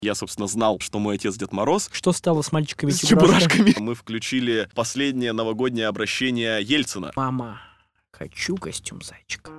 Я, собственно, знал, что мой отец Дед Мороз. Что стало с мальчиками с чебурашками? Мы включили последнее новогоднее обращение Ельцина. Мама, хочу костюм зайчика.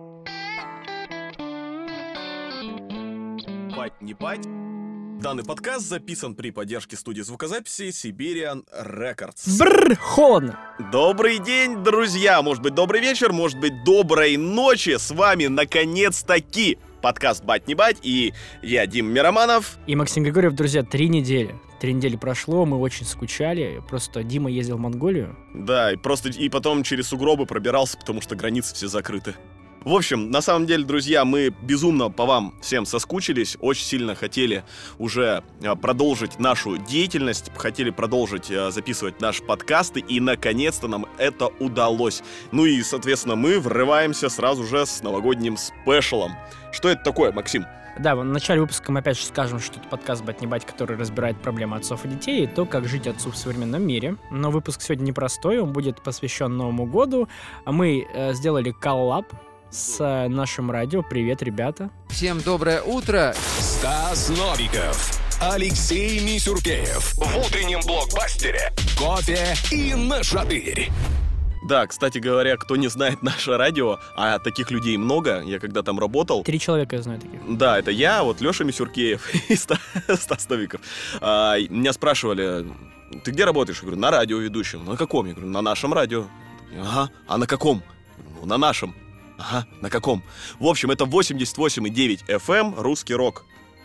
Бать не бать. Данный подкаст записан при поддержке студии звукозаписи Siberian Records. Бррр, холодно. Добрый день, друзья! Может быть, добрый вечер, может быть, доброй ночи! С вами, наконец-таки, подкаст «Бать не бать», и я, Дима Мироманов. И Максим Григорьев. Друзья, 3 недели. 3 недели прошло, мы очень скучали. Просто Дима ездил в Монголию. Да, и потом через сугробы пробирался, потому что границы все закрыты. В общем, на самом деле, друзья, мы безумно по вам всем соскучились, очень сильно хотели уже продолжить нашу деятельность, хотели продолжить записывать наши подкасты, и наконец-то нам это удалось. Ну и, соответственно, мы врываемся сразу же с новогодним спешалом. Что это такое, Максим? Да, в начале выпуска мы опять же скажем, что это подкаст «Бать не бать», который разбирает проблемы отцов и детей и то, как жить отцу в современном мире. Но выпуск сегодня непростой, он будет посвящен Новому году. Мы сделали коллаб с нашим радио. Привет, ребята. Всем доброе утро. Стас Новиков, Алексей Мисюркеев в утреннем блокбастере «Кофе и нашатырь». Да, кстати говоря, кто не знает наше радио, а таких людей много, я когда там работал... 3 человека я знаю таких. Да, это я, вот Леша Мисюркеев и Стас Новиков. Меня спрашивали, ты где работаешь? Я говорю, на радиоведущем. На каком? Я говорю, на нашем радио. Ага, а на каком? Ну, на нашем. Ага, на каком? В общем, это 88,9 FM, русский рок.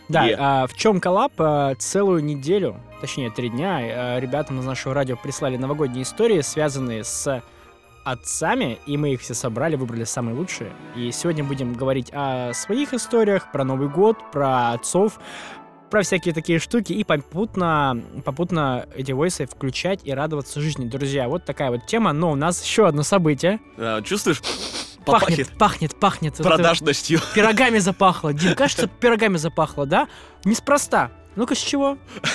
Да, в чем коллаб? Целую неделю, точнее 3 дня, ребятам из нашего радио прислали новогодние истории, связанные с отцами, и мы их все собрали, выбрали самые лучшие. И сегодня будем говорить о своих историях, про Новый год, про отцов, про всякие такие штуки, и попутно эти войсы включать и радоваться жизни. Друзья, вот такая вот тема, но у нас еще одно событие. Чувствуешь? Пахнет. Продажностью. Пирогами запахло. Дим, кажется, пирогами запахло, да? Неспроста. Ну-ка, с чего?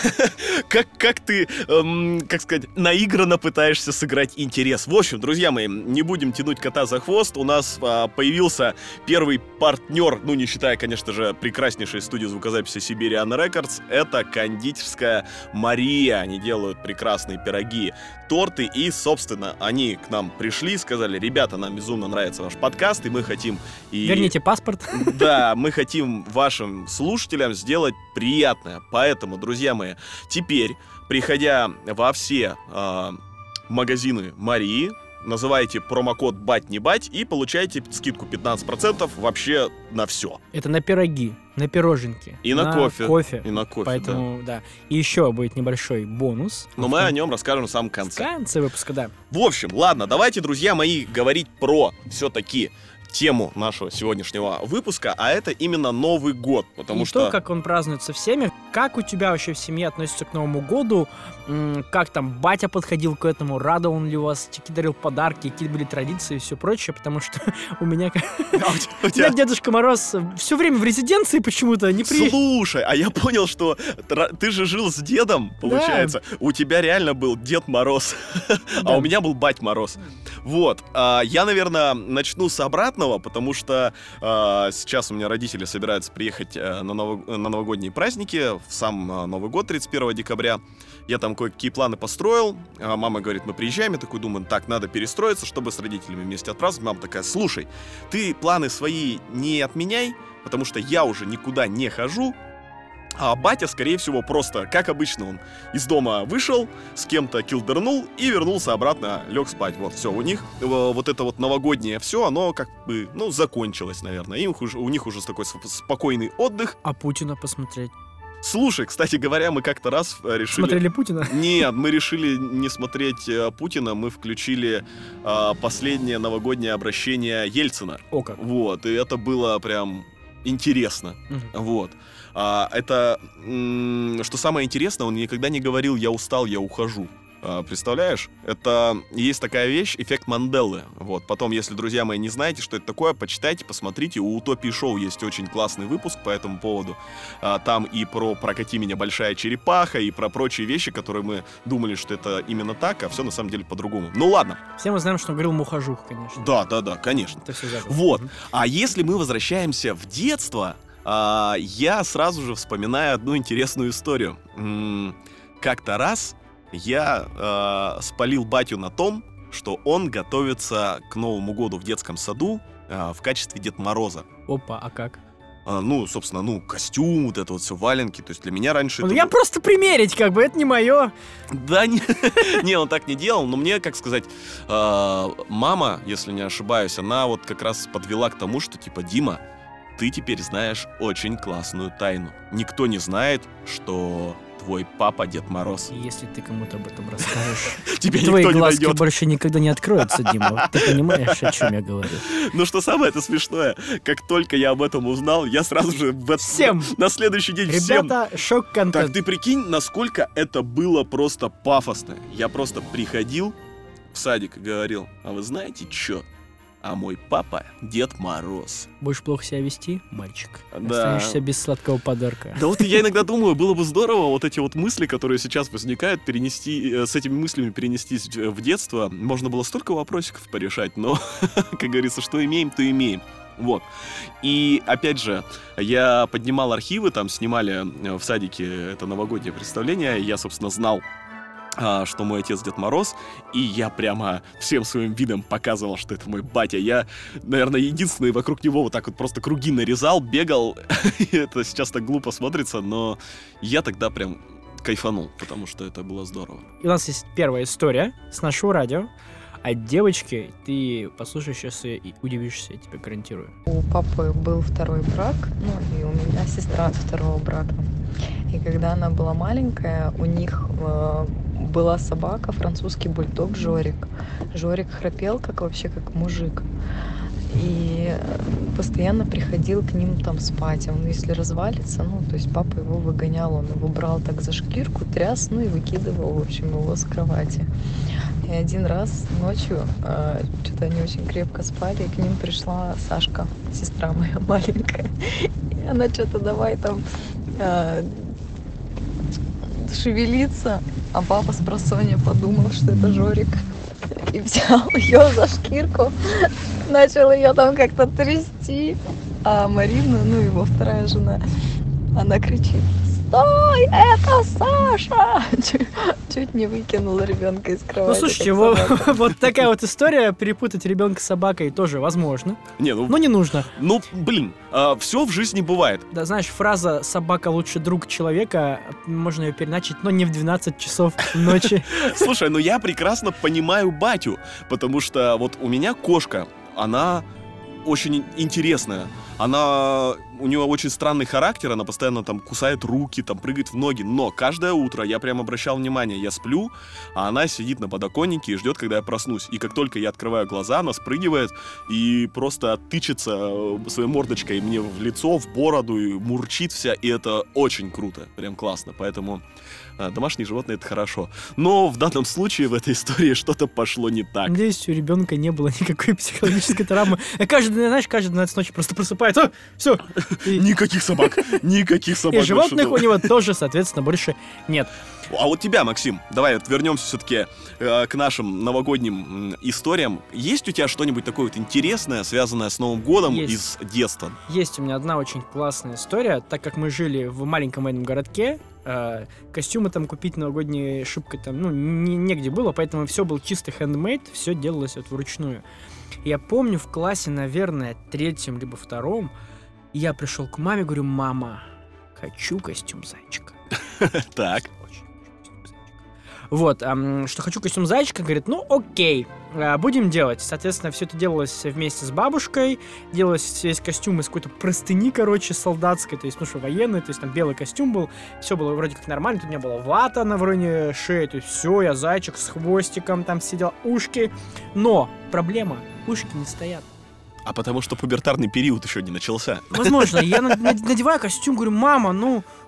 Как ты, как сказать, наигранно пытаешься сыграть интерес. В общем, друзья мои, не будем тянуть кота за хвост. У нас появился первый партнер, ну, не считая, конечно же, прекраснейшей студии звукозаписи Siberian Records. Это кондитерская Мария. Они делают прекрасные пироги, торты. И, собственно, они к нам пришли и сказали, ребята, нам безумно нравится ваш подкаст, и мы хотим... Верните паспорт. Да, мы хотим вашим слушателям сделать приятное. Поэтому, друзья мои, теперь, приходя во все магазины Марии, называйте промокод «Бать не бать» и получаете скидку 15% вообще на все. Это на пироги, на пироженки. И на кофе. И на кофе, поэтому, да. И еще будет небольшой бонус. Но мы о нем расскажем в самом конце. В конце выпуска, да. В общем, ладно, давайте, друзья мои, говорить про все-таки тему нашего сегодняшнего выпуска, а это именно Новый год, потому и что... то, как он празднуется всеми, как у тебя вообще в семье относятся к Новому году, как там батя подходил к этому, радовал ли вас, какие дарил подарки, какие были традиции и все прочее, потому что у меня Дедушка Мороз все время в резиденции почему-то не приезжает. Слушай, а я понял, что ты же жил с дедом, получается. Да. У тебя реально был Дед Мороз, а у меня был Бать Мороз. Вот, я, наверное, начну с обратного, потому что сейчас у меня родители собираются приехать на новогодние праздники, в сам Новый год, 31 декабря. Я там кое-какие планы построил. Мама говорит, мы приезжаем. Я такой думаю, так, надо перестроиться, чтобы с родителями вместе отпраздновать. Мама такая, слушай, ты планы свои не отменяй, потому что я уже никуда не хожу. А батя, скорее всего, просто, как обычно, он из дома вышел, с кем-то килдернул и вернулся обратно, лег спать. Вот, все, у них вот это вот новогоднее все, оно как бы, ну, закончилось, наверное. И у них уже такой спокойный отдых. А Путина посмотреть? Слушай, кстати говоря, мы как-то раз решили... Смотрели Путина? Нет, мы решили не смотреть Путина, мы включили последнее новогоднее обращение Ельцина. О как. Вот, и это было прям интересно. Вот. Это, что самое интересное, он никогда не говорил «я устал, я ухожу». Представляешь? Это есть такая вещь, эффект Манделы. Вот. Потом, если, друзья мои, не знаете, что это такое, почитайте, посмотрите. У Утопии Шоу есть очень классный выпуск по этому поводу. Там и про «Прокати меня, большая черепаха», и про прочие вещи, которые мы думали, что это именно так, а все на самом деле по-другому. Ну ладно. Все мы знаем, что он говорил «мухожух», конечно. Да, конечно. Это все забыл. Вот. А если мы возвращаемся в детство, я сразу же вспоминаю одну интересную историю. Как-то раз я спалил батю на том, что он готовится к Новому году в детском саду в качестве Деда Мороза. Опа, а как? Собственно, костюм, вот это вот все, валенки. То есть для меня раньше... Ну, я просто примерить, как бы, это не мое. Да, не, он так не делал, но мне, как сказать, мама, если не ошибаюсь, она вот как раз подвела к тому, что, типа, Дима, ты теперь знаешь очень классную тайну. Никто не знает, что твой папа Дед Мороз. Если ты кому-то об этом расскажешь, Тебя твои никто не глазки найдет. больше никогда не откроются, Дима. Ты понимаешь, о чем я говорю? Ну что самое-то смешное, как только я об этом узнал, я сразу же Всем! на следующий день всем... Ребята, шок-контент. Так ты прикинь, насколько это было просто пафосно. Я просто приходил в садик и говорил: а вы знаете что? А мой папа Дед Мороз. Будешь плохо себя вести, мальчик? Да. Останешься без сладкого подарка. Да вот я иногда думаю, было бы здорово вот эти вот мысли, которые сейчас возникают, перенести, с этими мыслями перенестись в детство. Можно было столько вопросиков порешать, но, как говорится, что имеем, то имеем. Вот. И, опять же, я поднимал архивы, там снимали в садике это новогоднее представление, я, собственно, знал, что мой отец Дед Мороз, и я прямо всем своим видом показывал, что это мой батя. Я, наверное, единственный вокруг него вот так вот просто круги нарезал, бегал. Это сейчас так глупо смотрится, но я тогда прям кайфанул, потому что это было здорово. И у нас есть первая история с нашего радио. От девочки ты послушаешь сейчас и удивишься, я тебе гарантирую. У папы был второй брак, и у меня сестра от второго брака. И когда она была маленькая, у них была собака, французский бульдог Жорик. Жорик храпел как мужик. И постоянно приходил к ним там спать. Он, если развалится, то есть папа его выгонял, он его брал так за шкирку, тряс, и выкидывал, в общем, его с кровати. И один раз ночью, что-то они очень крепко спали, и к ним пришла Сашка, сестра моя маленькая. И она что-то давай там шевелиться, а папа с просонья подумал, что это Жорик. И взял ее за шкирку, начал ее там как-то трясти. А Марина, его вторая жена, она кричит: «Стой, это Саша!» Чуть не выкинула ребенка из кровати. Ну, слушайте, вот такая вот история, перепутать ребенка с собакой тоже возможно. Но не нужно. Все в жизни бывает. Да, знаешь, фраза «собака лучший друг человека», можно ее переначить, но не в 12 часов ночи. Слушай, я прекрасно понимаю батю, потому что вот у меня кошка, она очень интересная. У нее очень странный характер, она постоянно там кусает руки, там прыгает в ноги, но каждое утро я прям обращал внимание, я сплю, а она сидит на подоконнике и ждет, когда я проснусь. И как только я открываю глаза, она спрыгивает и просто тычется своей мордочкой мне в лицо, в бороду, и мурчит вся, и это очень круто, прям классно, поэтому домашние животные — это хорошо. Но в данном случае в этой истории что-то пошло не так. Надеюсь, у ребенка не было никакой психологической травмы. Каждый 12 ночи просто просыпается. Все. Никаких собак. Никаких собак. И животных у него тоже, соответственно, больше нет. А вот тебя, Максим, давай вернемся все-таки к нашим новогодним историям. Есть у тебя что-нибудь такое вот интересное, связанное с Новым годом из детства? Есть у меня одна очень классная история. Так как мы жили в маленьком военном городке, костюмы там купить, новогодние шубки там, негде было, поэтому все было чисто handmade, все делалось вручную. Я помню, в классе, наверное, 3-м либо 2-м, я пришел к маме, говорю: «Мама, хочу костюм зайчика». Так. Вот, что хочу костюм зайчика, говорит: окей, будем делать. Соответственно, все это делалось вместе с бабушкой, делалось весь костюм из какой-то простыни, солдатской, то есть, военный, то есть там белый костюм был, все было вроде как нормально, тут у меня была вата на вроде шеи, то есть все, я зайчик с хвостиком там сидел, ушки, но проблема, ушки не стоят. А потому что пубертарный период еще не начался. Возможно, я надеваю костюм, говорю: «Мама,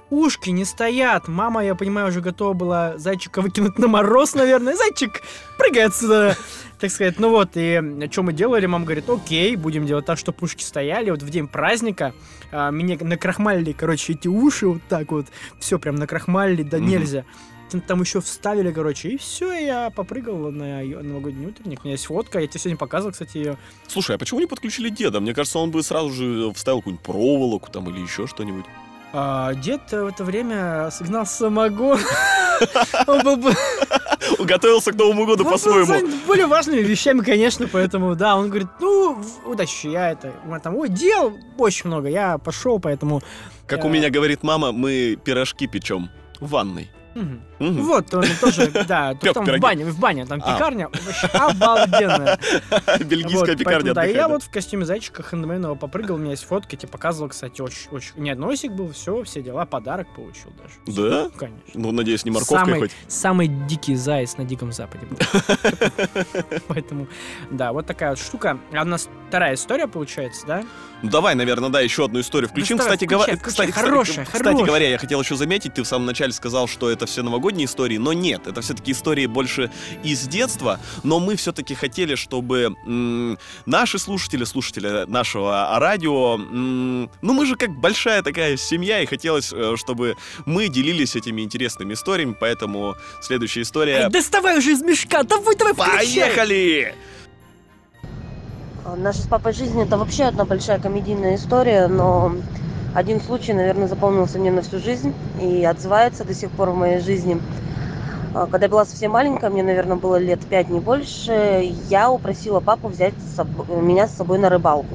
ушки не стоят. Мама, я понимаю, уже готова была зайчика выкинуть на мороз, наверное. Зайчик, прыгай отсюда, так сказать. Ну вот, и что мы делали? Мама говорит, окей, будем делать так, чтобы ушки стояли. Вот в день праздника мне накрахмалили, короче, эти уши вот так вот. Все прям накрахмалили, да нельзя. Там еще вставили, короче, и все, я попрыгал на новогодний утренник. У меня есть фотка, я тебе сегодня показывал, кстати, ее. Слушай, а почему не подключили деда? Мне кажется, он бы сразу же вставил какую-нибудь проволоку там или еще что-нибудь. Дед в это время согнал самогон. Он был бы... Он готовился к Новому году по-своему. Он более важными вещами, конечно, поэтому, да, он говорит, ну, удачи, я это... Там, ой, дел очень много, я пошел, поэтому... Как у меня говорит мама, мы пирожки печем в ванной. Вот, он тоже, да, тут там в бане, там пекарня вообще обалденная. Бельгийская пекарня. Да, и я вот в костюме зайчика хэндмейного попрыгал, у меня есть фотки, тебе показывал, кстати, очень, нет, носик был, все дела, подарок получил даже. Да? Конечно. Ну, надеюсь, не морковкой хоть. Самый дикий заяц на Диком Западе был. Поэтому, да, вот такая вот штука. А у нас вторая история получается, да? Ну, давай, наверное, да, еще одну историю включим. Кстати говоря, я хотел еще заметить, ты в самом начале сказал, что это все новогодние истории, но нет, это все-таки истории больше из детства, но мы все-таки хотели, чтобы наши слушатели нашего радио, ну мы же как большая такая семья, и хотелось, чтобы мы делились этими интересными историями, поэтому следующая история... Эй, доставай уже из мешка, давай, включай! Поехали! Наша с папой жизнь — это вообще одна большая комедийная история, но один случай, наверное, запомнился мне на всю жизнь и отзывается до сих пор в моей жизни. Когда я была совсем маленькая, мне, наверное, было лет 5, не больше, я упросила папу взять меня с собой на рыбалку.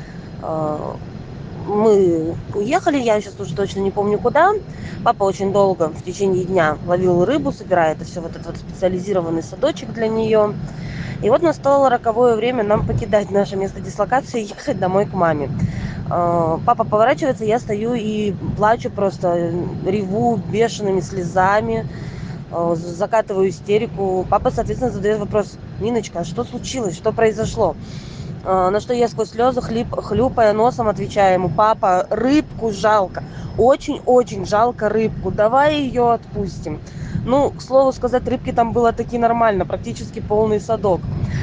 Мы уехали, я сейчас уже точно не помню куда. Папа очень долго, в течение дня, ловил рыбу, собирая это все в этот вот специализированный садочек для нее. И вот настало роковое время нам покидать наше место дислокации и ехать домой к маме. Папа поворачивается, я стою и плачу, просто реву бешеными слезами, закатываю истерику. Папа, соответственно, задает вопрос: Ниночка, а что случилось, что произошло? На что я сквозь слезы, хлюпая носом, отвечаю ему: папа, рыбку жалко, очень-очень жалко рыбку, давай ее отпустим. Ну, к слову сказать, рыбки там было таки нормально, практически полный садок.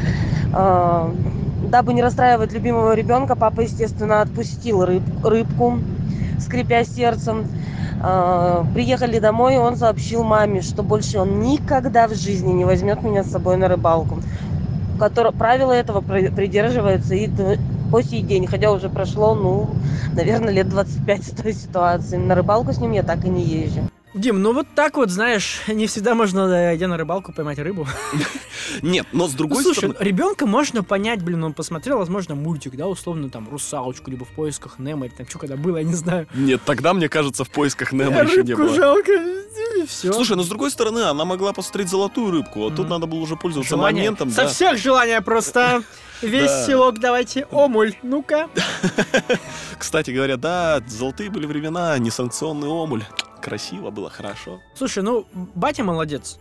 Дабы не расстраивать любимого ребенка, папа, естественно, отпустил рыбку, скрипя сердцем. Приехали домой, и он сообщил маме, что больше он никогда в жизни не возьмет меня с собой на рыбалку. Правило этого придерживается и по сей день, хотя уже прошло, наверное, лет 25 с той ситуации. На рыбалку с ним я так и не езжу. Дим, ну вот так вот, знаешь, не всегда можно, идя на рыбалку, поймать рыбу. Нет, но с другой стороны... Слушай, ребенка можно понять, он посмотрел, возможно, мультик, да, условно, там, «Русалочку», либо «В поисках Немо», или там, что когда было, я не знаю. Нет, тогда, мне кажется, «В поисках Немо» еще не было. Рыбку жалко, и все. Слушай, но с другой стороны, она могла посмотреть «Золотую рыбку», а тут надо было уже пользоваться моментом. Со всех желания просто... Весь селок давайте, омуль, ну-ка. Кстати говоря, да, золотые были времена, несанкционный омуль. Красиво было, хорошо. Слушай, батя молодец.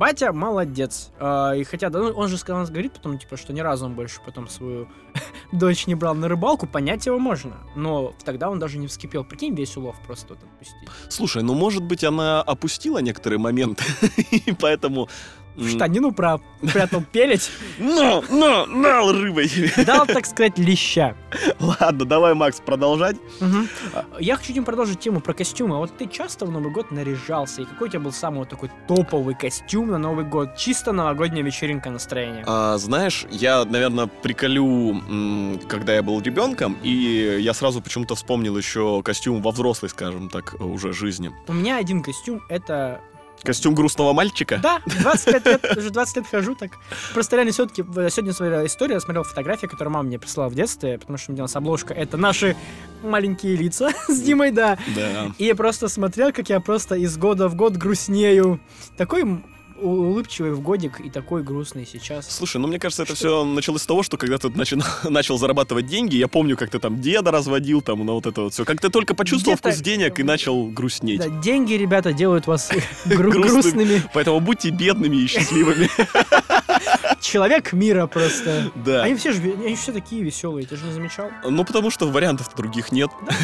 И хотя, он же говорит потом, типа, что ни разу он больше потом свою дочь не брал на рыбалку, понять его можно. Но тогда он даже не вскипел. Прикинь, весь улов просто вот отпустить. Слушай, может быть, она опустила некоторые моменты, и поэтому... Штанину прятал пелить. На, рыбой. Дал, так сказать, леща. Ладно, давай, Макс, продолжать. Я хочу тебе продолжить тему про костюмы. Вот ты часто в Новый год наряжался? И какой у тебя был самый вот такой топовый костюм на Новый год? Чисто новогодняя вечеринка, настроение. Знаешь, я, наверное, приколю, когда я был ребенком, и я сразу почему-то вспомнил еще костюм во взрослой, скажем так, уже жизни. У меня один костюм — это... Костюм грустного мальчика? Да, 25 лет, уже 20 лет хожу так. Просто реально все-таки, сегодня смотрела историю, я смотрел фотографии, которые мама мне прислала в детстве, потому что у меня у нас обложка — это наши маленькие лица с Димой, да. И я просто смотрел, как я просто из года в год грустнею. Такой улыбчивый в годик и такой грустный сейчас. Слушай, мне кажется, это все началось с того, что когда ты начал зарабатывать деньги, я помню, как ты там деда разводил, там, на вот это вот все. Как ты только почувствовал вкус денег и начал грустнеть. Да, деньги, ребята, делают вас грустными. Поэтому будьте бедными и счастливыми. Человек мира просто. Да. Они все такие веселые, ты же не замечал? Потому что вариантов других нет.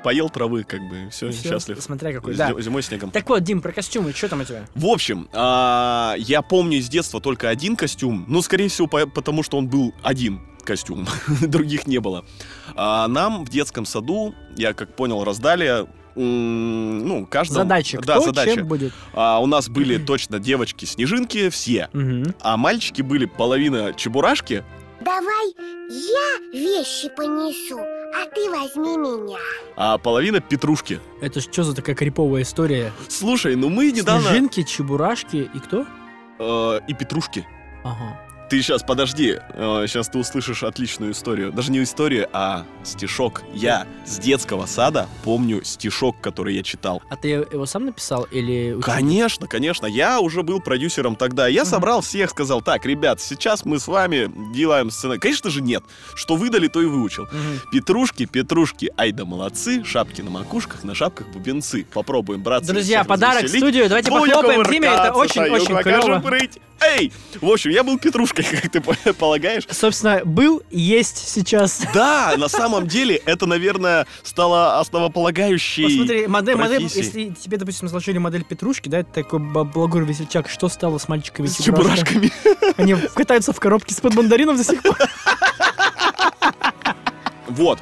поел травы, как бы, все, счастлив. Смотря какой, да. Зимой снегом. Так вот, Дим, про костюмы, что там у тебя? В общем, я помню из детства только один костюм, ну, скорее всего, потому что он был один костюм, других не было. Нам в детском саду, я как понял, раздали, ну, каждому... Задача, да, кто задача. чем будет? У нас были точно девочки-снежинки, все, а мальчики были половина чебурашки. Давай я вещи понесу, а ты возьми меня. А половина петрушки. Это ж что за такая криповая история? Слушай, ну мы недавно... Снежинки, чебурашки и кто? И петрушки. Ага. Ты сейчас, подожди, сейчас ты услышишь отличную историю. Даже не историю, а стишок. Я с детского сада помню стишок, который я читал. А ты его сам написал или... Конечно, конечно. Я уже был продюсером тогда. Я собрал всех, сказал, так, ребят, сейчас мы с вами делаем сценарий. Конечно же нет. Что выдали, то и выучил. Петрушки, петрушки, ай да молодцы. Шапки на макушках, на шапках бубенцы. Попробуем, братцы. Друзья, подарок в студию. Давайте похлопаем Диме. Это очень-очень клево. Эй! В общем, я был петрушкой, как ты полагаешь. Собственно, был, есть сейчас. Да, на самом деле, это, наверное, стало основополагающей Посмотри, модель, профессией. если тебе, допустим, сложили модель петрушки, да, это такой балагур-весельчак, что стало с мальчиками С чебурашками. Они катаются в коробке из-под мандаринов до сих пор. Вот.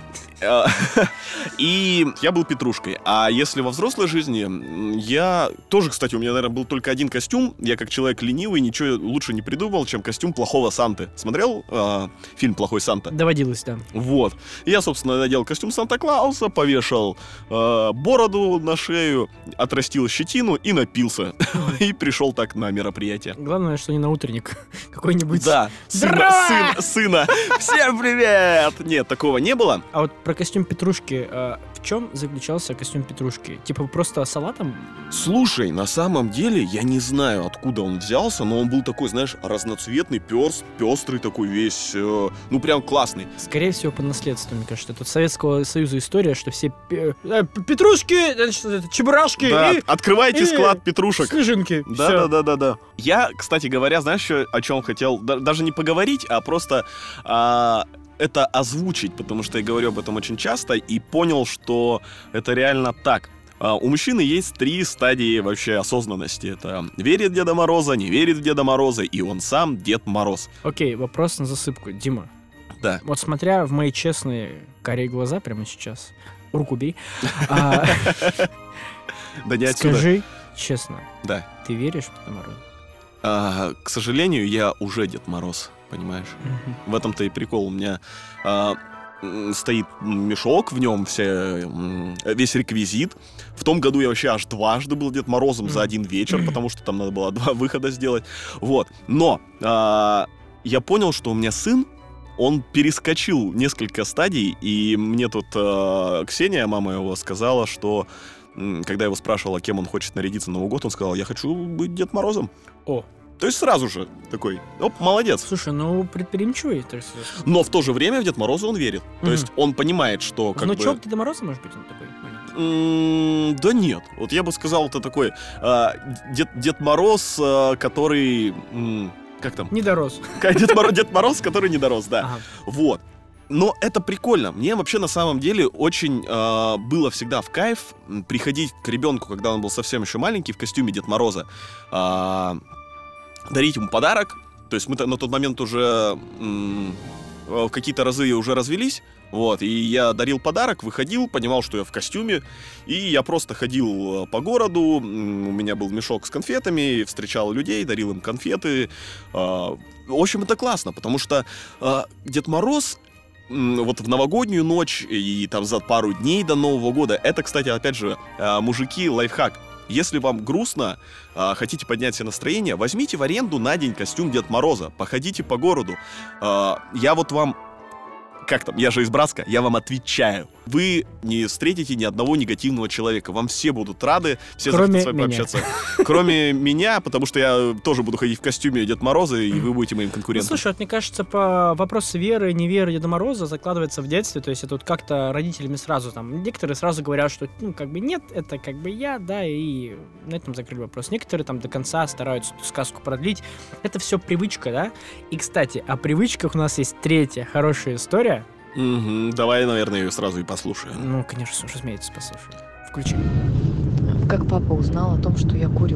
И я был петрушкой. А если во взрослой жизни, я тоже, кстати, у меня, наверное, был только один костюм. Я как человек ленивый ничего лучше не придумал, чем костюм плохого Санты. Смотрел фильм «Плохой Санта»? Доводилось, да. Вот. Я, собственно, надел костюм Санта-Клауса, повешал бороду на шею, отрастил щетину и напился. И пришел так на мероприятие. Главное, что не на утренник какой-нибудь. Да, сына. Всем привет! Нет, такого не было. А вот про костюм петрушки, в чем заключался костюм петрушки? Типа просто салатом? Слушай, на самом деле, я не знаю, откуда он взялся, но он был такой, знаешь, разноцветный, пестрый такой весь, ну прям классный. Скорее всего, по наследству, мне кажется. Это Советского Союза история, что все петрушки, значит, чебурашки да, и... открывайте склад петрушек. Снежинки. Да. Я, кстати говоря, знаешь, о чем хотел? Даже не поговорить, а просто... это озвучить, потому что я говорю об этом очень часто и понял, что это реально так. У мужчины есть 3 стадии вообще осознанности. Это верит в Деда Мороза, не верит в Деда Мороза, и он сам Дед Мороз. Окей, вопрос на засыпку. Дима, да. Вот смотря в мои честные карие глаза прямо сейчас, руку бери. Да не отсюда. Скажи честно, да. Ты веришь в Деда Мороза? К сожалению, я уже Дед Мороз. Понимаешь? В этом-то и прикол. У меня стоит мешок, в нем весь реквизит. В том году я вообще аж дважды был Дед Морозом за один вечер, потому что там надо было 2 выхода сделать. Вот. Но я понял, что у меня сын, он перескочил несколько стадий, и мне тут Ксения, мама его, сказала, что когда я его спрашивала, кем он хочет нарядиться на Новый год, он сказал, я хочу быть Дед Морозом. О. То есть сразу же такой, оп, молодец. Слушай, ну предприимчивый, так сказать. Но в то же время в Дед Мороза он верит. То есть он понимает, что как бы... Внучок Деда Мороза, может быть, он такой маленький? Да нет. Вот я бы сказал, это такой Дед Мороз, который... Как там? Не дорос. Дед Мороз, который не дорос, да. Ага. Вот. Но это прикольно. Мне вообще на самом деле очень было всегда в кайф приходить к ребенку, когда он был совсем еще маленький, в костюме Дед Мороза, дарить ему подарок. То есть мы на тот момент уже в какие-то разы уже развелись. Вот, и я дарил подарок, выходил, понимал, что я в костюме. И я просто ходил по городу. У меня был мешок с конфетами, встречал людей, дарил им конфеты. В общем, это классно, потому что Дед Мороз вот в новогоднюю ночь и там за пару дней до Нового года, это, кстати, опять же, мужики, лайфхак. Если вам грустно, хотите поднять себе настроение, возьмите в аренду на день костюм Дед Мороза, походите по городу. Я вот вам... Как там? Я же из Братска, я вам отвечаю. Вы не встретите ни одного негативного человека. Вам все будут рады, все захотят с вами пообщаться. Кроме меня, потому что я тоже буду ходить в костюме Дед Мороза, и вы будете моим конкурентом. Ну, слушай, вот мне кажется, по вопросу веры и неверы Деда Мороза закладывается в детстве. То есть это вот как-то родителями сразу там... Некоторые сразу говорят, что, ну, как бы нет, это как бы я, да, и на этом закрыли вопрос. Некоторые там до конца стараются эту сказку продлить. Это все привычка, да? И, кстати, о привычках у нас есть 3-я хорошая история. Давай, наверное, ее сразу и послушаем. Ну, конечно, разумеется, послушай. Включи. Как папа узнал о том, что я курю?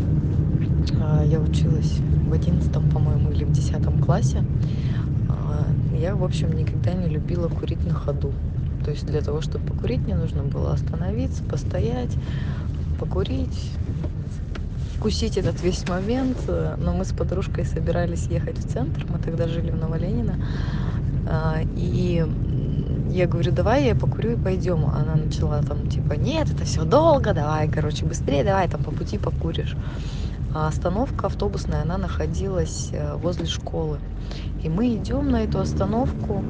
Я училась в 11-м, по-моему, или в 10 классе. Я, в общем, никогда не любила курить на ходу. То есть для того, чтобы покурить, мне нужно было остановиться, постоять, покурить, вкусить этот весь момент. Но мы с подружкой собирались ехать в центр. Мы тогда жили в Новоленино. И я говорю, давай я покурю и пойдем. Она начала там, типа, нет, это все долго, давай, короче, быстрее, давай, там по пути покуришь. А остановка автобусная, она находилась возле школы. И мы идем на эту остановку,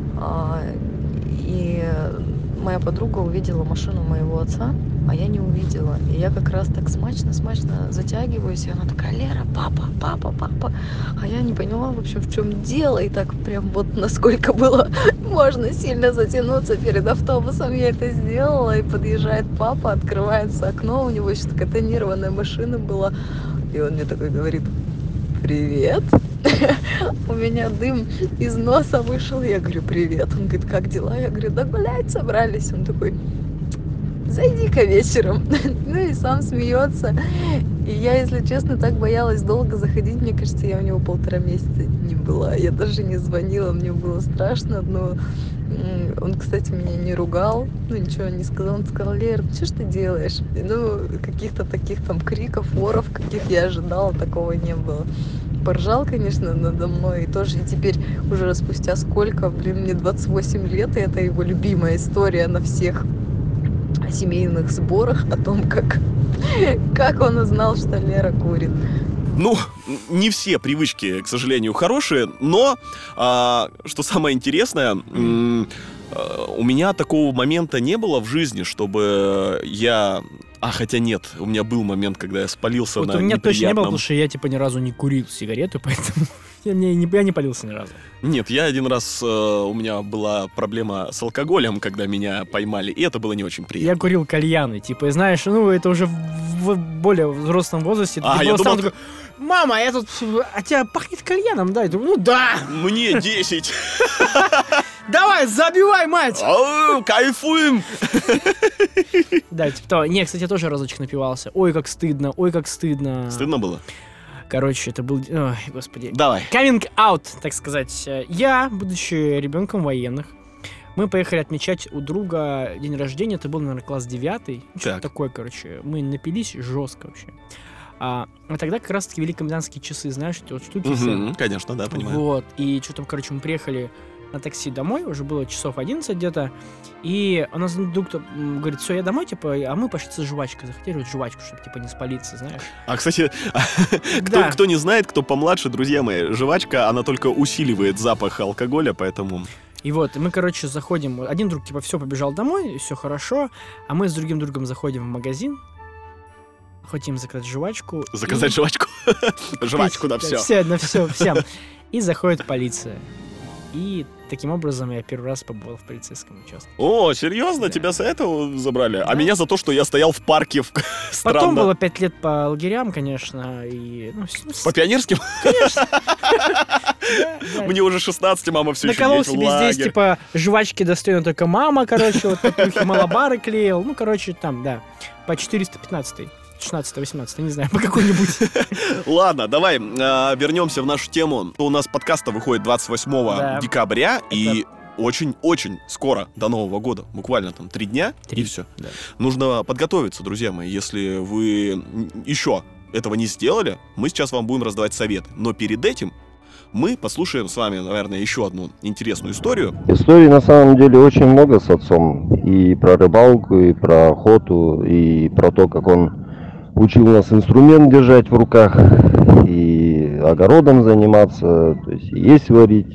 и моя подруга увидела машину моего отца, а я не увидела. И я как раз так смачно затягиваюсь, и она такая: Лера, папа. А я не поняла, в общем, в чем дело. И так прям вот насколько было можно сильно затянуться перед автобусом, я это сделала. И подъезжает папа, открывается окно, у него еще такая тонированная машина была. И он мне такой говорит: привет. У меня дым из носа вышел. Я говорю: привет. Он говорит: как дела? Я говорю: да гулять собрались. Он такой: зайди-ка вечером. Ну и сам смеется. И я, если честно, так боялась долго заходить. Мне кажется, я у него 1,5 месяца не была. Я даже не звонила, мне было страшно. Но он, кстати, меня не ругал, ну ничего не сказал. Он сказал: Лер, что ж ты делаешь? Ну, каких-то таких там криков, оров, каких я ожидала, такого не было. Поржал, конечно, надо мной. И тоже и теперь уже спустя сколько, мне 28 лет, и это его любимая история на всех семейных сборах о том, как он узнал, что Лера курит. Ну, не все привычки, к сожалению, хорошие, но, что самое интересное, у меня такого момента не было в жизни, чтобы я... хотя нет, у меня был момент, когда я спалился вот на у меня неприятном... точно не было, потому что я, ни разу не курил сигарету, поэтому я не палился ни разу. Нет, я один раз, у меня была проблема с алкоголем, когда меня поймали, и это было не очень приятно. Я курил кальяны, типа, и знаешь, ну, это уже в более взрослом возрасте. Я думал... такой: мама, я тут... А тебя пахнет кальяном, да? Я думаю: ну да! Мне 10! Давай, забивай, мать! Кайфуем! Да, типа того. Не, кстати, я тоже разочек напивался. Ой, как стыдно. Стыдно было? Короче, это был... Ой, господи. Давай. Coming out, так сказать. Я, будучи ребенком военных, мы поехали отмечать у друга день рождения. Это был, наверное, класс 9. Что-то такое, короче. Мы напились жестко вообще. А тогда как раз-таки ввели комендантские часы, знаешь, эти вот штуки все. Конечно, да, понимаю. Вот. И что там, короче, мы приехали на такси домой, уже было часов 11 где-то, и у нас друг говорит: все, я домой, типа, а мы пошли за жвачкой, захотели вот жвачку, чтобы, типа, не спалиться, знаешь. Кстати, кто не знает, кто помладше, друзья мои, жвачка, она только усиливает запах алкоголя, поэтому... И вот, мы, короче, заходим, один друг, типа, все, побежал домой, все хорошо, а мы с другим другом заходим в магазин, хотим заказать жвачку. Заказать жвачку? Жвачку на все. Все, на все, всем. И заходит полиция. И таким образом я первый раз побывал в полицейском участке. О, серьезно? Тебя за это забрали? Да. А меня за то, что я стоял в парке. Странно. Потом было 5 лет по лагерям, конечно. И, по пионерским? Конечно. Мне уже 16, мама все еще наколол едет в себе лагерь. Здесь, типа, жвачки достойна только мама, короче, вот такие малабары клеил. Ну, короче, там, да, по 415-й. 16-18, не знаю, по какой-нибудь. Ладно, давай вернемся в нашу тему. У нас подкаст выходит 28 декабря, и очень-очень скоро до Нового года. Буквально там 3 дня, и все. Да. Нужно подготовиться, друзья мои. Если вы еще этого не сделали, мы сейчас вам будем раздавать советы. Но перед этим мы послушаем с вами, наверное, еще одну интересную историю. Историй на самом деле очень много с отцом. И про рыбалку, и про охоту, и про то, как он учил нас инструмент держать в руках, и огородом заниматься, то есть есть варить.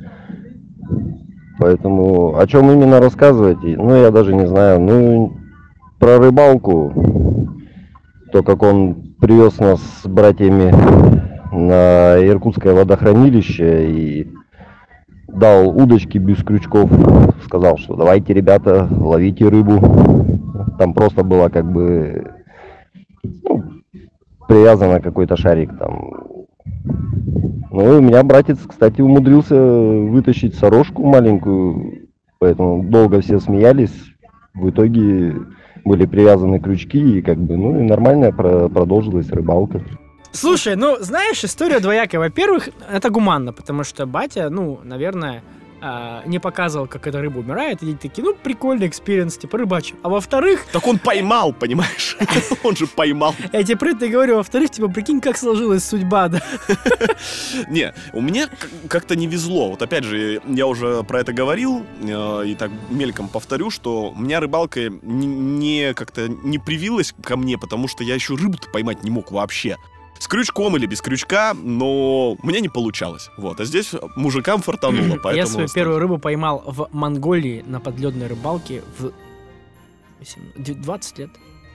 Поэтому о чем именно рассказывать, ну я даже не знаю. Ну, про рыбалку, то, как он привез нас с братьями на Иркутское водохранилище и дал удочки без крючков, сказал, что давайте, ребята, ловите рыбу. Там просто было как бы... привязано какой-то шарик там. Ну, и у меня братец, кстати, умудрился вытащить сорожку маленькую Поэтому долго все смеялись. В итоге были привязаны крючки, и как бы, ну, и нормально продолжилась рыбалка. Слушай, ну, знаешь, история двоякая. Во-первых, это гуманно, потому что батя, ну, наверное, не показывал, как эта рыба умирает, и дети такие, ну, прикольный экспириенс, типа, рыбачим. А во-вторых... Так он поймал, понимаешь? Он же поймал. Я тебе про это и говорю. Во-вторых, типа, прикинь, как сложилась судьба, да? Не, у меня как-то не везло. Вот опять же, я уже про это говорил, и так мельком повторю, что у меня рыбалка не как-то не привилась ко мне, потому что я еще рыбу-то поймать не мог вообще. С крючком или без крючка, но у меня не получалось. Вот. А здесь мужикам фартануло, поэтому... Я свою первую рыбу поймал в Монголии на подледной рыбалке в 20 лет.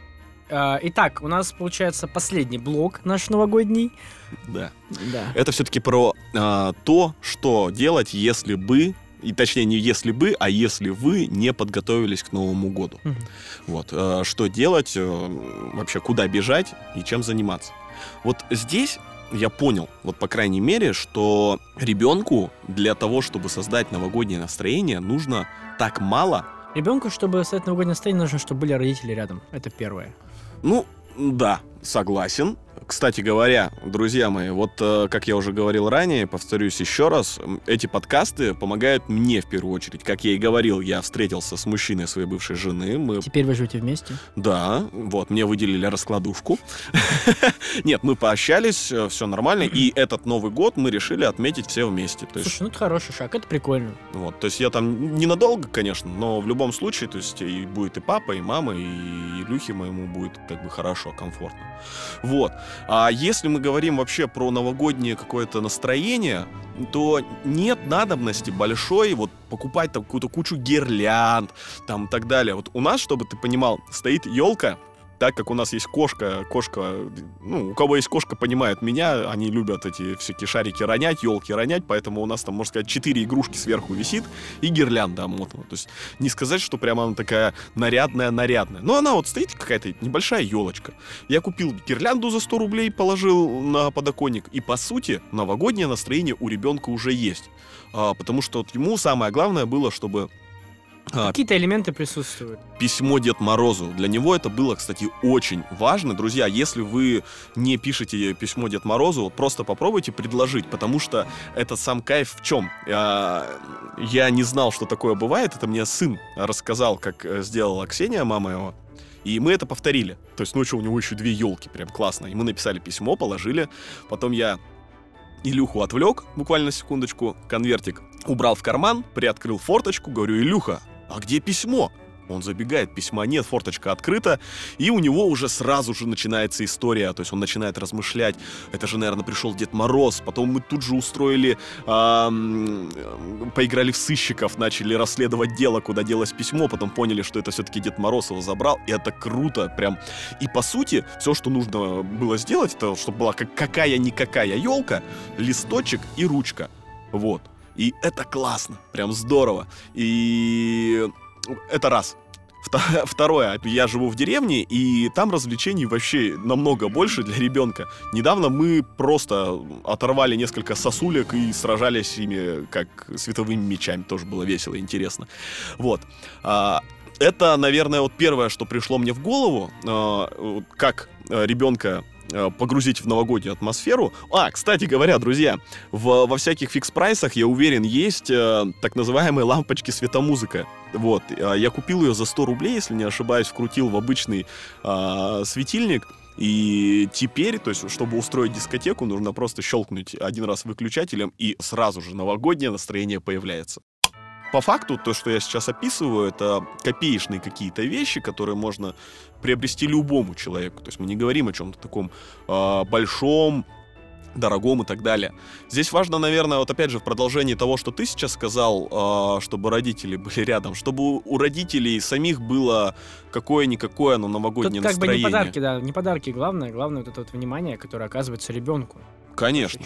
Итак, у нас, получается, последний блок наш новогодний. Да. Да. Это все-таки про то, что делать, если бы... И точнее, не если бы, а если вы не подготовились к Новому году. Вот. Что делать, вообще куда бежать и чем заниматься. Вот здесь я понял, вот по крайней мере, что ребенку для того, чтобы создать новогоднее настроение, нужно так мало. Ребенку, чтобы создать новогоднее настроение, нужно, чтобы были родители рядом. Это первое. Ну, да, согласен. Кстати говоря, друзья мои, вот как я уже говорил ранее, повторюсь еще раз, эти подкасты помогают мне в первую очередь. Как я и говорил, я встретился с мужчиной своей бывшей жены. Теперь вы живете вместе? Да, вот, мне выделили раскладушку. Нет, мы пообщались, все нормально, и этот Новый год мы решили отметить все вместе. Слушай, ну это хороший шаг, это прикольно. Вот, то есть я там ненадолго, конечно, но в любом случае, то есть и будет и папа, и мама, и Илюхе моему будет как бы хорошо, комфортно. Вот. А если мы говорим вообще про новогоднее какое-то настроение, то нет надобности большой вот покупать там какую-то кучу гирлянд, там и так далее. Вот у нас, чтобы ты понимал, стоит елка. Так как у нас есть кошка, ну, у кого есть кошка, понимают меня, они любят эти всякие шарики ронять, елки ронять, поэтому у нас там, можно сказать, 4 игрушки сверху висит и гирлянда омотана. То есть не сказать, что прямо она такая нарядная, но она вот стоит какая-то небольшая елочка. Я купил гирлянду за 100 рублей, положил на подоконник, и по сути новогоднее настроение у ребенка уже есть. Потому что вот ему самое главное было, чтобы... Какие-то элементы присутствуют. Письмо Деду Морозу. Для него это было, кстати, очень важно. Друзья, если вы не пишете письмо Деду Морозу, вот просто попробуйте предложить, потому что это сам кайф в чем? Я не знал, что такое бывает. Это мне сын рассказал, как сделала Ксения, мама его. И мы это повторили. То есть ночью у него еще 2 елки, прям классно. И мы написали письмо, положили. Потом я Илюху отвлек, буквально на секундочку, конвертик убрал в карман, приоткрыл форточку, говорю: Илюха, а где письмо? Он забегает, письма нет, форточка открыта, и у него уже сразу же начинается история, то есть он начинает размышлять, это же, наверное, пришел Дед Мороз, потом мы тут же устроили, поиграли в сыщиков, начали расследовать дело, куда делось письмо, потом поняли, что это все-таки Дед Мороз его забрал, и это круто, прям. И по сути, все, что нужно было сделать, это чтобы была какая-никакая елка, листочек и ручка, вот. И это классно, прям здорово. И это раз. Второе, я живу в деревне, и там развлечений вообще намного больше для ребенка. Недавно мы просто оторвали несколько сосулек и сражались ими как световыми мечами. Тоже было весело и интересно. Вот. Это, наверное, вот первое, что пришло мне в голову, как ребенка погрузить в новогоднюю атмосферу. Кстати говоря, друзья, во всяких фикс-прайсах, я уверен, есть так называемые лампочки светомузыка. Вот, я купил ее за 100 рублей, если не ошибаюсь, вкрутил в обычный светильник. И теперь, то есть, чтобы устроить дискотеку, нужно просто щелкнуть один раз выключателем, и сразу же новогоднее настроение появляется. По факту, то, что я сейчас описываю, это копеечные какие-то вещи, которые можно приобрести любому человеку. То есть мы не говорим о чем-то таком большом, дорогом и так далее. Здесь важно, наверное, вот опять же в продолжении того, что ты сейчас сказал, чтобы родители были рядом, чтобы у родителей самих было какое-никакое, но новогоднее тут как настроение. бы не подарки, да, не подарки. Главное вот это вот внимание, которое оказывается ребенку.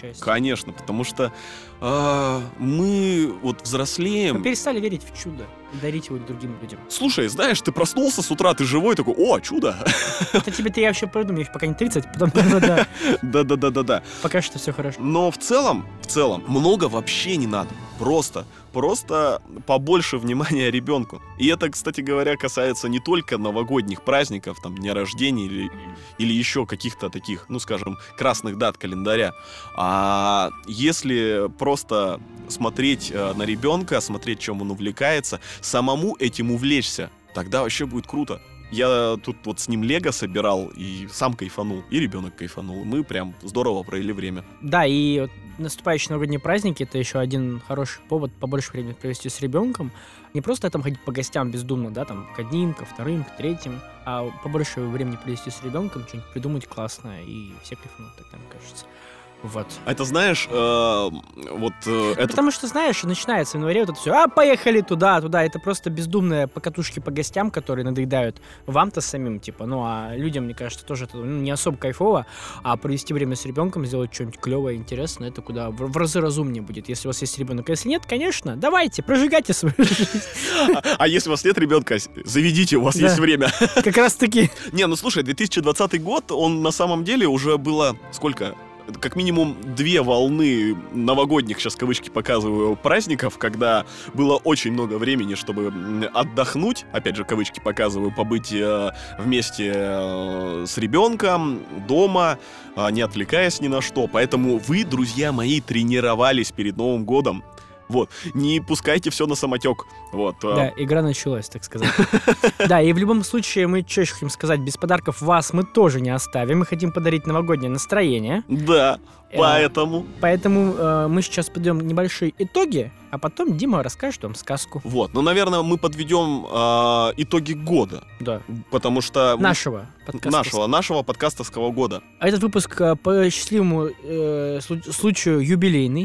Конечно, потому что мы вот взрослеем. Мы перестали верить в чудо. дарить его другим людям. Слушай, знаешь, ты проснулся с утра, ты живой, такой, о, чудо. Это тебе-то я вообще придумаю, их пока не 30, потом, да. Да. Пока что все хорошо. Но в целом, много вообще не надо. Просто побольше внимания ребенку. И это, кстати говоря, касается не только новогодних праздников, там, дня рождения или еще каких-то таких, ну, скажем, красных дат календаря. А если просто смотреть на ребенка, смотреть, чем он увлекается, самому этим увлечься, тогда вообще будет круто. Я тут вот с ним лего собирал, и сам кайфанул, и ребенок кайфанул. Мы прям здорово провели время. Да, и вот наступающие новогодние праздники — это еще один хороший повод побольше времени провести с ребенком. Не просто там ходить по гостям бездумно, да, там, к одним, ко вторым, к третьим, а побольше времени провести с ребенком, что-нибудь придумать классное, и все кайфанут, так мне кажется. Вот. Это знаешь, это... Потому что, знаешь, начинается в январе вот это все, поехали туда. Это просто бездумные покатушки по гостям, которые надоедают вам-то самим, типа. Ну, а людям, мне кажется, тоже это не особо кайфово, а провести время с ребенком, сделать что-нибудь клевое, интересное, это куда в разы разумнее будет, если у вас есть ребенок. А если нет, конечно, давайте, прожигайте свою жизнь. А если у вас нет ребенка, заведите, у вас есть время. Как раз таки. Не, ну слушай, 2020 год, он на самом деле уже было сколько? Как минимум 2 волны новогодних, сейчас кавычки показываю, праздников, когда было очень много времени, чтобы отдохнуть, опять же кавычки показываю, побыть вместе с ребенком, дома, не отвлекаясь ни на что. Поэтому вы, друзья мои, тренировались перед Новым годом. Вот, не пускайте все на самотек. Вот. Да, игра началась, так сказать. Да, и в любом случае мы что еще хотим сказать, без подарков вас мы тоже не оставим. Мы хотим подарить новогоднее настроение. Да, поэтому... Поэтому мы сейчас подведем небольшие итоги, а потом Дима расскажет вам сказку. Вот, ну, наверное, мы подведем итоги года. Да. Потому что... Нашего подкастовского года. А этот выпуск по счастливому случаю юбилейный.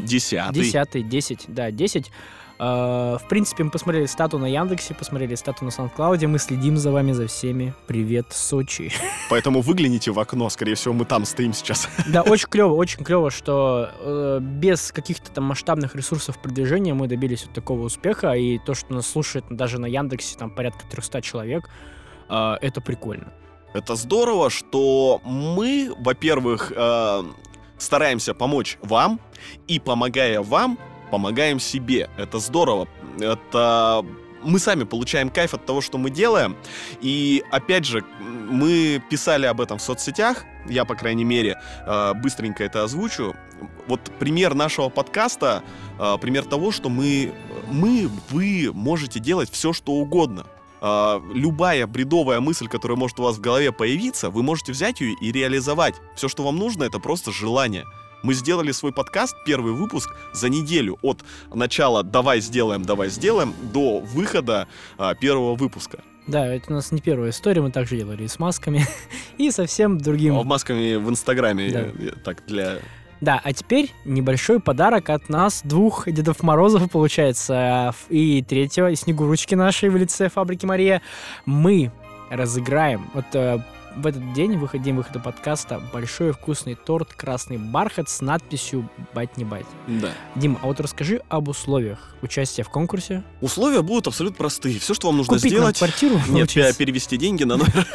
10. В принципе, мы посмотрели стату на Яндексе, посмотрели стату на SoundCloud, мы следим за вами, за всеми. Привет, Сочи. Поэтому выгляните в окно, скорее всего, мы там стоим сейчас. Да, очень клево, что без каких-то там масштабных ресурсов продвижения мы добились вот такого успеха, и то, что нас слушает даже на Яндексе там порядка 300 человек, это прикольно. Это здорово, что мы, во-первых, стараемся помочь вам, и помогая вам, помогаем себе. Это здорово. Это мы сами получаем кайф от того, что мы делаем. И, опять же, мы писали об этом в соцсетях. Я, по крайней мере, быстренько это озвучу. Вот пример нашего подкаста, пример того, что вы можете делать все, что угодно. Любая бредовая мысль, которая может у вас в голове появиться, вы можете взять ее и реализовать. Все, что вам нужно, это просто желание. Мы сделали свой подкаст, первый выпуск, за неделю от начала «давай сделаем» до выхода первого выпуска. Да, это у нас не первая история, мы также делали и с масками, и совсем другим. Масками в Инстаграме, да. Так, для... Да, а теперь небольшой подарок от нас, 2 Дедов Морозов, получается, и 3-го, Снегурочки нашей в лице фабрики Мария. Мы разыграем в этот день, день выхода подкаста, большой вкусный торт «Красный бархат» с надписью «Бать не бать». Да. Дим, а вот расскажи об условиях участия в конкурсе. Условия будут абсолютно простые. Все, что вам нужно купить сделать... квартиру? Нет, перевести деньги на номер.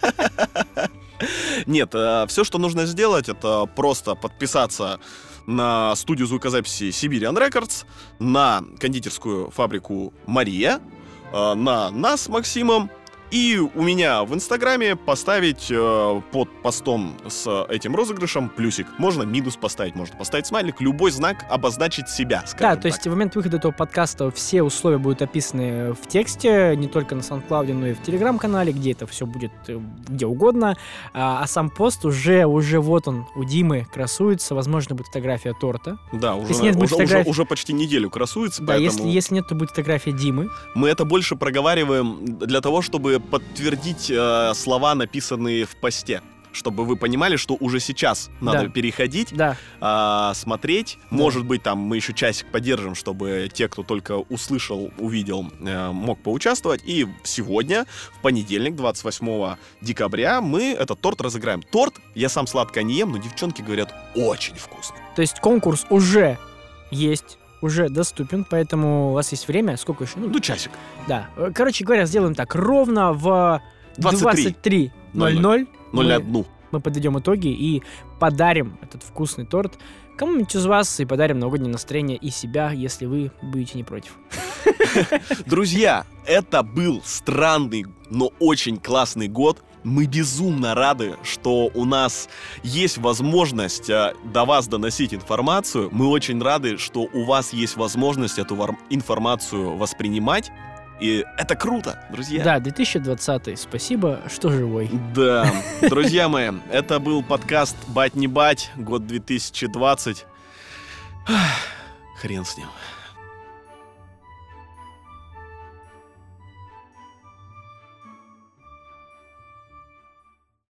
Нет, все, что нужно сделать, это просто подписаться на студию звукозаписи Siberian Records, на кондитерскую фабрику Мария, на нас с Максимом, и у меня в Инстаграме поставить под постом с этим розыгрышем плюсик. Можно минус поставить, можно поставить смайлик, любой знак обозначить себя, скажем так. Да, то есть в момент выхода этого подкаста все условия будут описаны в тексте, не только на SoundCloud, но и в Телеграм-канале, где это все будет где угодно. А сам пост уже вот он у Димы красуется, возможно, будет фотография торта. Да, уже почти неделю красуется. Да, поэтому... если нет, то будет фотография Димы. Мы это больше проговариваем для того, чтобы подтвердить слова, написанные в посте, чтобы вы понимали, что уже сейчас надо переходить, смотреть. Да. Может быть, там мы еще часик подержим, чтобы те, кто только услышал, увидел, мог поучаствовать. И сегодня, в понедельник, 28 декабря, мы этот торт разыграем. Торт, я сам сладко не ем, но девчонки говорят, очень вкусный. То есть конкурс уже есть. уже доступен, поэтому у вас есть время. Сколько еще? Ну, часик. Да. Короче говоря, сделаем так. Ровно в 23:00 0:01. мы подведем итоги и подарим этот вкусный торт кому-нибудь из вас и подарим новогоднее настроение и себя, если вы будете не против. Друзья, это был странный, но очень классный год. Мы безумно рады, что у нас есть возможность до вас доносить информацию. Мы очень рады, что у вас есть возможность эту информацию воспринимать. И это круто, друзья. Да, 2020. Спасибо, что живой. Да, друзья мои, это был подкаст «Бать не бать», год 2020. Хрен с ним.